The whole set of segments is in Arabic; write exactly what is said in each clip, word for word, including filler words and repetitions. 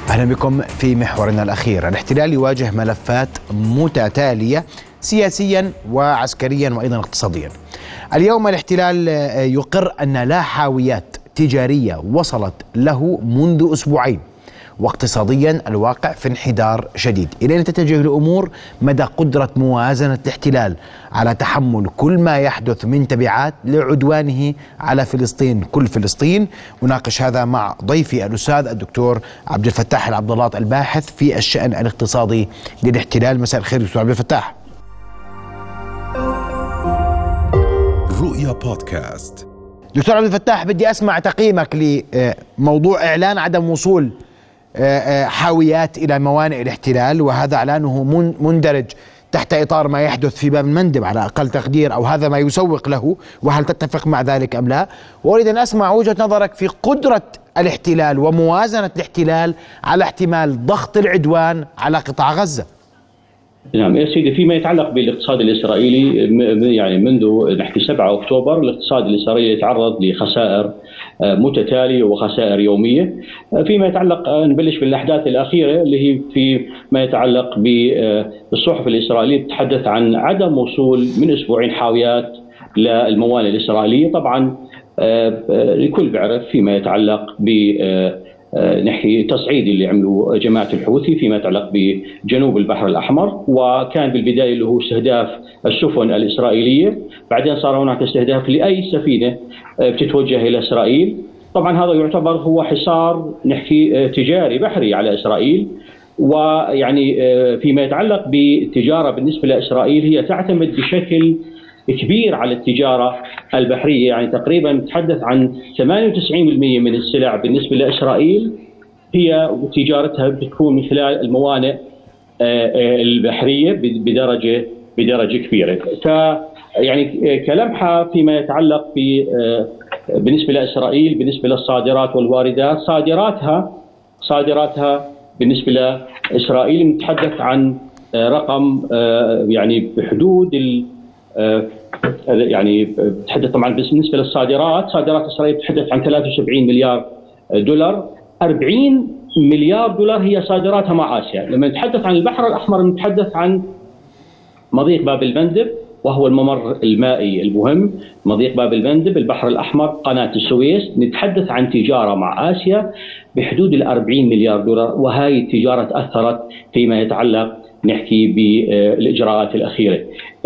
أهلا بكم في محورنا الأخير. الاحتلال يواجه ملفات متتالية سياسيا وعسكريا وأيضا اقتصاديا. اليوم الاحتلال يقر أن لا حاويات تجارية وصلت له منذ أسبوعين، واقتصاديا الواقع في انحدار شديد. إلى أن تتجه الأمور مدى قدرة موازنة الاحتلال على تحمل كل ما يحدث من تبعات لعدوانه على فلسطين كل فلسطين. أناقش هذا مع ضيفي الأستاذ الدكتور عبد الفتاح العبدالله الباحث في الشأن الاقتصادي للاحتلال. مساء الخير دكتور عبد الفتاح. رؤيا بودكاست. دكتور عبد الفتاح، بدي أسمع تقييمك لموضوع إعلان عدم وصول حاويات إلى موانئ الاحتلال، وهذا إعلانه مندرج تحت إطار ما يحدث في باب المندب على أقل تقدير، أو هذا ما يسوق له، وهل تتفق مع ذلك أم لا؟ وأريد أن أسمع وجهة نظرك في قدرة الاحتلال وموازنة الاحتلال على احتمال ضغط العدوان على قطاع غزة. نعم يا سيدي، فيما يتعلق بالاقتصاد الإسرائيلي، يعني منذ نحكي سبعة أكتوبر الاقتصاد الإسرائيلي يتعرض لخسائر متتالية وخسائر يومية. فيما يتعلق، نبلش بالأحداث الأخيرة اللي هي فيما يتعلق بالصحف الإسرائيلية، تتحدث عن عدم وصول من أسبوعين حاويات للموانئ الإسرائيلية. طبعا الكل بيعرف فيما يتعلق ب نحكي تصعيد اللي عملوا جماعة الحوثي فيما يتعلق بجنوب البحر الأحمر، وكان بالبداية اللي هو استهداف السفن الإسرائيلية، بعدين صار هناك استهداف لأي سفينة بتتوجه إلى إسرائيل. طبعا هذا يعتبر هو حصار نحكي تجاري بحري على إسرائيل. ويعني فيما يتعلق بالتجارة بالنسبة لإسرائيل، هي تعتمد بشكل كبير على التجارة البحرية، يعني تقريبا نتحدث عن ثمانية وتسعين بالمئة من السلع بالنسبة لإسرائيل هي تجارتها بتكون من خلال الموانئ البحرية بدرجة بدرجة كبيرة. ف يعني كلمحة فيما يتعلق ب بالنسبة لإسرائيل، بالنسبة للصادرات والواردات، صادراتها صادراتها بالنسبة لإسرائيل نتحدث عن رقم يعني بحدود ال يعني بتحدث طبعا بالنسبه للصادرات، صادرات اسرائيل تتحدث عن ثلاثة وسبعين مليار دولار، أربعين مليار دولار هي صادراتها مع اسيا. لما نتحدث عن البحر الاحمر نتحدث عن مضيق باب المندب، وهو الممر المائي المهم، مضيق باب المندب، البحر الاحمر، قناه السويس، نتحدث عن تجاره مع اسيا بحدود ال أربعين مليار دولار. وهي التجاره تاثرت فيما يتعلق نحكي بالاجراءات الاخيره.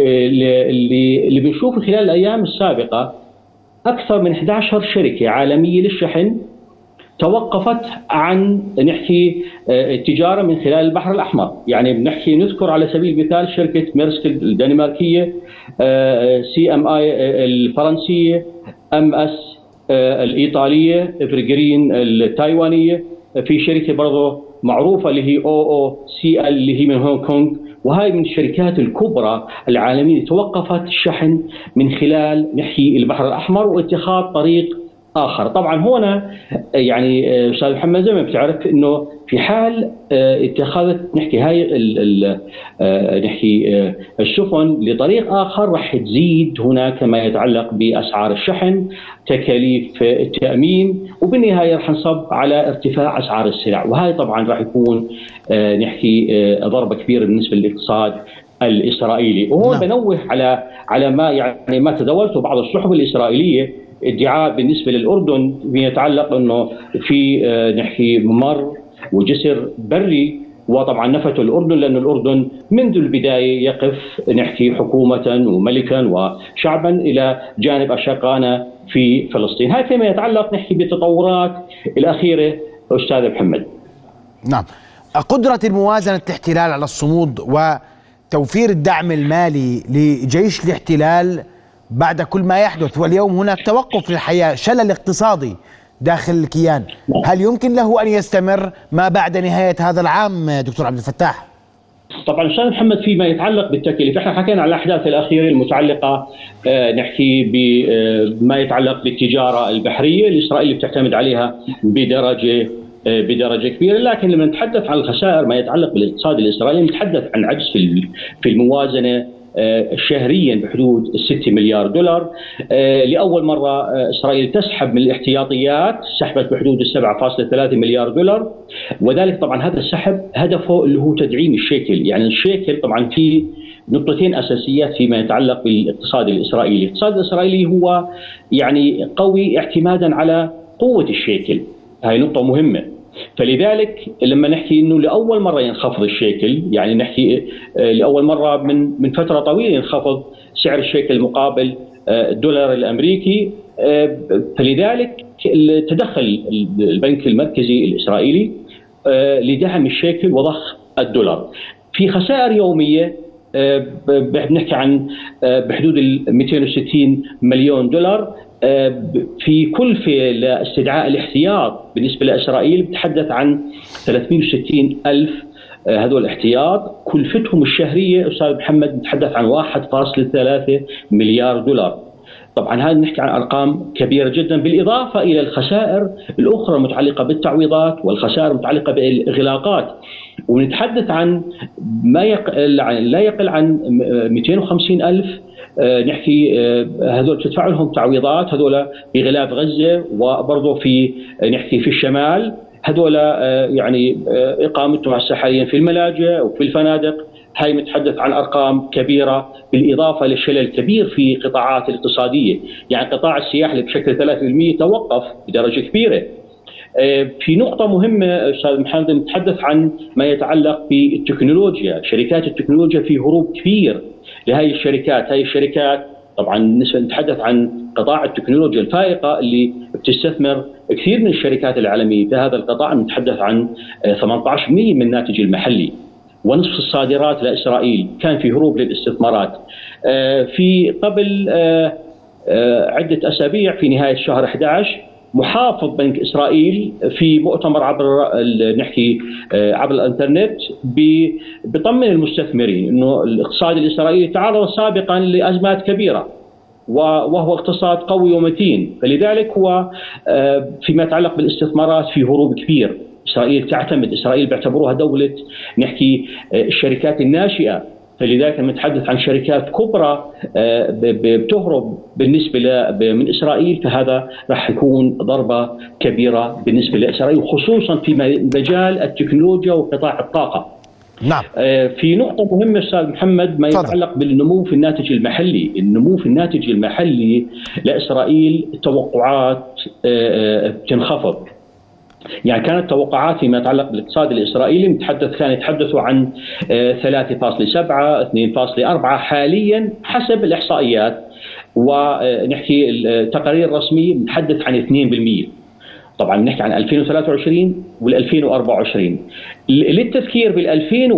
اللي اللي بنشوفه خلال الايام السابقه، اكثر من أحد عشر شركه عالميه للشحن توقفت عن نحكي التجاره من خلال البحر الاحمر. يعني بنحكي نذكر على سبيل المثال شركه ميرسك الدنماركيه، سي ام اي الفرنسيه، ام اس الايطاليه، افرجرين التايوانيه، في شركه برضه معروفه اللي هي او او سي ال اللي هي من هونغ كونغ، وهي من الشركات الكبرى العالمية توقفت الشحن من خلال نحكي البحر الأحمر واتخاذ طريق آخر. طبعا هنا يعني أستاذ محمد زي ما بتعرف إنه في حال اتخاذت نحكي هاي ال ال نحكي السفن لطريق آخر، راح تزيد هناك ما يتعلق بأسعار الشحن، تكاليف التأمين، وبالنهاية راح نصب على ارتفاع أسعار السلع. وهي طبعا راح يكون نحكي ضربة كبيرة بالنسبة للاقتصاد الإسرائيلي. وهون بنوه على على ما يعني ما تداولته بعض الصحف الإسرائيلية، ادعاء بالنسبة للأردن يتعلق أنه في نحكي ممر وجسر بري، وطبعا نفته الأردن لأن الأردن منذ البداية يقف نحكي حكومة وملكا وشعبا إلى جانب أشقائنا في فلسطين. هاي فيما يتعلق نحكي بالتطورات الأخيرة أستاذ محمد. نعم، قدرة الموازنة الاحتلال على الصمود وتوفير الدعم المالي لجيش الاحتلال بعد كل ما يحدث، واليوم هناك توقف للحياة، شلل اقتصادي داخل الكيان، هل يمكن له أن يستمر ما بعد نهاية هذا العام دكتور عبد الفتاح؟ طبعا استاذ محمد فيما يتعلق بالتكاليف، احنا حكينا على الاحداث الاخيره المتعلقه آه نحكي بما يتعلق بالتجاره البحريه الاسرائيليه بتعتمد عليها بدرجه آه بدرجه كبيره، لكن لما نتحدث عن الخسائر ما يتعلق بالاقتصاد الاسرائيلي نتحدث عن عجز في في الموازنه شهريا بحدود ستة مليار دولار. لأول مرة إسرائيل تسحب من الاحتياطيات، سحبت بحدود سبعة فاصلة ثلاثة مليار دولار، وذلك طبعا هذا السحب هدفه اللي هو تدعيم الشيكل. يعني الشيكل طبعا في نقطتين أساسيات فيما يتعلق بالاقتصاد الإسرائيلي. الاقتصاد الإسرائيلي هو يعني قوي اعتمادا على قوة الشيكل، هاي نقطة مهمة. فلذلك لما نحكي انه لاول مره ينخفض الشيكل، يعني نحكي لاول مره من من فتره طويله ينخفض سعر الشيكل مقابل الدولار الامريكي، فلذلك تدخل البنك المركزي الاسرائيلي لدعم الشيكل وضخ الدولار. في خسائر يوميه بنحكي عن بحدود ال مئتين وستين مليون دولار في كلفة لاستدعاء الاحتياط. بالنسبة لإسرائيل بتحدث عن ثلاثمئة وستين ألف هذول الاحتياط، كلفتهم الشهرية أستاذ محمد بتحدث عن واحد فاصلة ثلاثة مليار دولار. طبعا هذا نحكي عن أرقام كبيرة جدا، بالإضافة إلى الخسائر الأخرى المتعلقة بالتعويضات والخسائر المتعلقة بالإغلاقات. ونتحدث عن ما يقل لا يقل عن مئتين وخمسين ألف نحكي هذول تدفع لهم تعويضات، هذول بغلاف غزة وبرضه في نحكي في الشمال، هذول يعني إقامتهم حاليا في الملاجئ وفي الفنادق. هاي متحدث عن أرقام كبيرة، بالإضافة للشلل الكبير في قطاعات الاقتصادية. يعني قطاع السياحة بشكل ثلاثة بالمئة توقف بدرجة كبيرة. في نقطة مهمة أستاذ محمد، نتحدث عن ما يتعلق بالتكنولوجيا. شركات التكنولوجيا في هروب كبير لهذه الشركات. هذه الشركات طبعا نتحدث عن قطاع التكنولوجيا الفائقة اللي بتستثمر كثير من الشركات العالمية في هذا القطاع. نتحدث عن ثمانية عشر بالمئة من الناتج المحلي، ونصف الصادرات لإسرائيل. كان في هروب للاستثمارات. في قبل عدة أسابيع في نهاية شهر أحد عشر محافظ بنك إسرائيل في مؤتمر عبر نحكي عبر الانترنت بيطمن المستثمرين انه الاقتصاد الاسرائيلي تعرض سابقا لازمات كبيره وهو اقتصاد قوي ومتين، فلذلك هو فيما يتعلق بالاستثمارات في هروب كبير. اسرائيل تعتمد، اسرائيل بيعتبروها دوله نحكي الشركات الناشئه، فلذلك نتحدث عن شركات كبرى بتهرب بالنسبة من إسرائيل، فهذا راح يكون ضربة كبيرة بالنسبة لإسرائيل، خصوصا في مجال التكنولوجيا وقطاع الطاقة. نعم. في نقطة مهمة أستاذ محمد ما يتعلق بالنمو في الناتج المحلي. النمو في الناتج المحلي لإسرائيل توقعات بتنخفض. يعني كانت توقعات فيما يتعلق بالاقتصاد الإسرائيلي متحدث كان يتحدثوا عن ثلاثة فاصلة سبعة اثنين فاصلة أربعة حاليا حسب الإحصائيات، ونحكي التقارير الرسمية متحدث عن اثنين بالمئة. طبعا نحكي عن ألفين وثلاثة وعشرين وال2024. للتذكير بال2021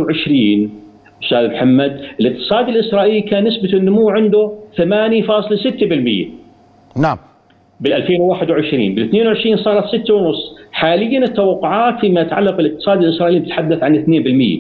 أستاذ محمد الاقتصاد الإسرائيلي كان نسبة النمو عنده ثمانية فاصلة ستة بالمئة. نعم. بال2021 بال22 صارت ستة فاصلة خمسة. حاليا التوقعات فيما يتعلق بالاقتصاد الإسرائيلي تتحدث عن اثنين بالمئة.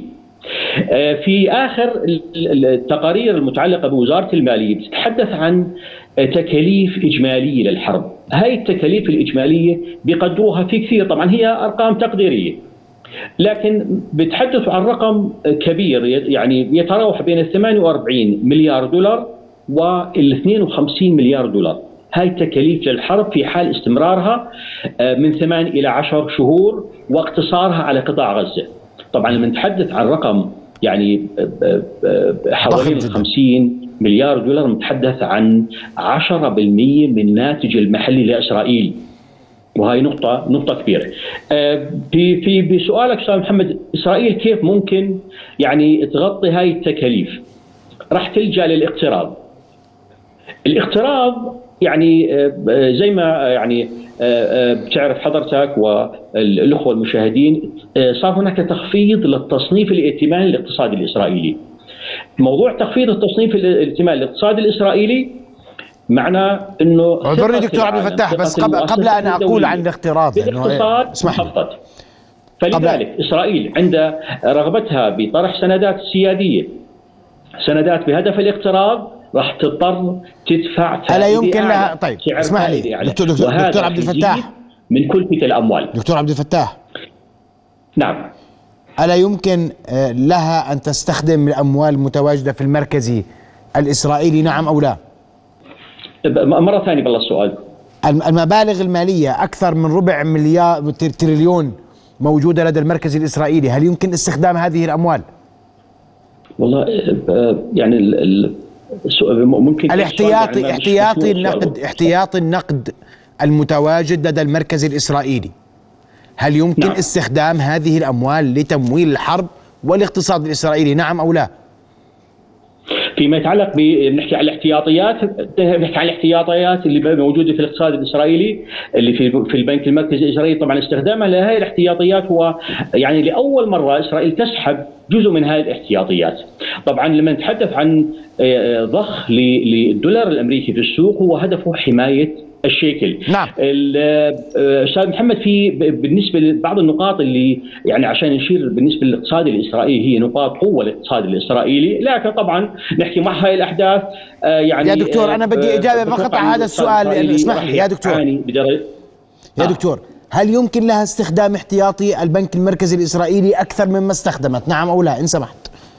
في آخر التقارير المتعلقة بوزارة المالية بتتحدث عن تكاليف إجمالية للحرب. هاي التكاليف الإجمالية بيقدروها في كثير، طبعا هي أرقام تقديرية، لكن بتحدثوا عن رقم كبير يعني يتراوح بين ثمانية وأربعين مليار دولار وال اثنين وخمسين مليار دولار. هاي التكاليف للحرب في حال استمرارها من ثمان إلى عشر شهور واقتصارها على قطاع غزة. طبعا لما نتحدث عن رقم يعني حوالي خمسين مليار دولار، نتحدث عن عشرة بالمئة من الناتج المحلي لإسرائيل، وهي نقطة نقطة كبيرة. في في بسؤالك أستاذ محمد، إسرائيل كيف ممكن يعني تغطي هاي التكاليف؟ راح تلجأ للاقتراض. الاقتراض يعني زي ما يعني بتعرف حضرتك والأخوة المشاهدين، صار هناك تخفيض للتصنيف الائتماني للاقتصاد الإسرائيلي. موضوع تخفيض التصنيف الائتماني للاقتصاد الإسرائيلي معناه انه اعذرني دكتور عبد الفتاح، بس قبل, قبل ان اقول عن الاقتراض الاقتصاد انخفضت. فلذلك اسرائيل عند رغبتها بطرح سندات سياديه، سندات بهدف الاقتراض، راح تضطر تدفع ألا يمكن لها. طيب اسمح لي دكتور, دكتور, دكتور عبد الفتاح، من كلفة الأموال. دكتور عبد الفتاح، نعم، ألا يمكن لها أن تستخدم الأموال المتواجدة في المركزي الإسرائيلي، نعم أو لا؟ مرة ثانية بالله السؤال. المبالغ المالية أكثر من ربع مليار تريليون موجودة لدى المركز الإسرائيلي، هل يمكن استخدام هذه الأموال؟ والله يعني ممكن الاحتياطي احتياطي النقد احتياطي النقد المتواجد لدى المركز الإسرائيلي، هل يمكن نعم. استخدام هذه الأموال لتمويل الحرب والاقتصاد الإسرائيلي، نعم أو لا؟ فيما يتعلق بنحكي عن الاحتياطيات، نحكي عن الاحتياطيات اللي موجوده في الاقتصاد الاسرائيلي اللي في في البنك المركزي الاسرائيلي. طبعا استخدامها لهذه الاحتياطيات هو يعني لاول مره اسرائيل تسحب جزء من هذه الاحتياطيات. طبعا لما نتحدث عن ضخ للدولار الامريكي في السوق هو هدفه حمايه الشيكل. نعم. استاذ محمد، في بالنسبه لبعض النقاط اللي يعني عشان نشير بالنسبه للاقتصاد الاسرائيلي هي نقاط قوه الاقتصاد الاسرائيلي، لكن طبعا نحكي مع هاي الاحداث يعني يا دكتور انا بدي اجابه فقط على هذا السؤال، لانه اسمح لي يا دكتور يا دكتور هل يمكن لها استخدام احتياطي البنك المركزي الاسرائيلي اكثر مما استخدمت، نعم او لا ان سمحت؟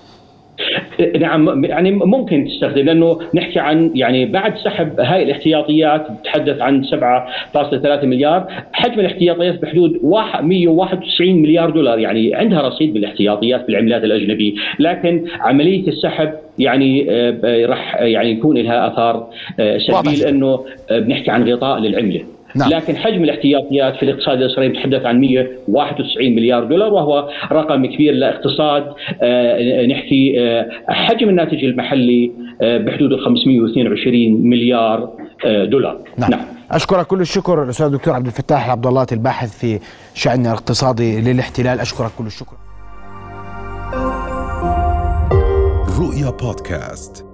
نعم، يعني ممكن تستخدم، لانه نحكي عن يعني بعد سحب هاي الاحتياطيات تتحدث عن سبعة فاصلة ثلاثة مليار، حجم الاحتياطيات بحدود مئة وواحد وتسعين مليار دولار، يعني عندها رصيد بالاحتياطيات بالعملات الاجنبيه، لكن عمليه السحب يعني راح يعني يكون لها اثار سلبيه لانه بنحكي عن غطاء للعمله. نعم. لكن حجم الاحتياطيات في الاقتصاد الاسرائيلي يتحدث عن مئة وواحد وتسعين مليار دولار، وهو رقم كبير لاقتصاد آه نحكي آه حجم الناتج المحلي آه بحدود خمسمئة واثنين وعشرين مليار آه دولار. نعم. نعم. أشكرك كل الشكر الأستاذ الدكتور عبد الفتاح عبد الله الباحث في شأن الاقتصادي للاحتلال، أشكرك كل الشكر. رؤيا بودكاست.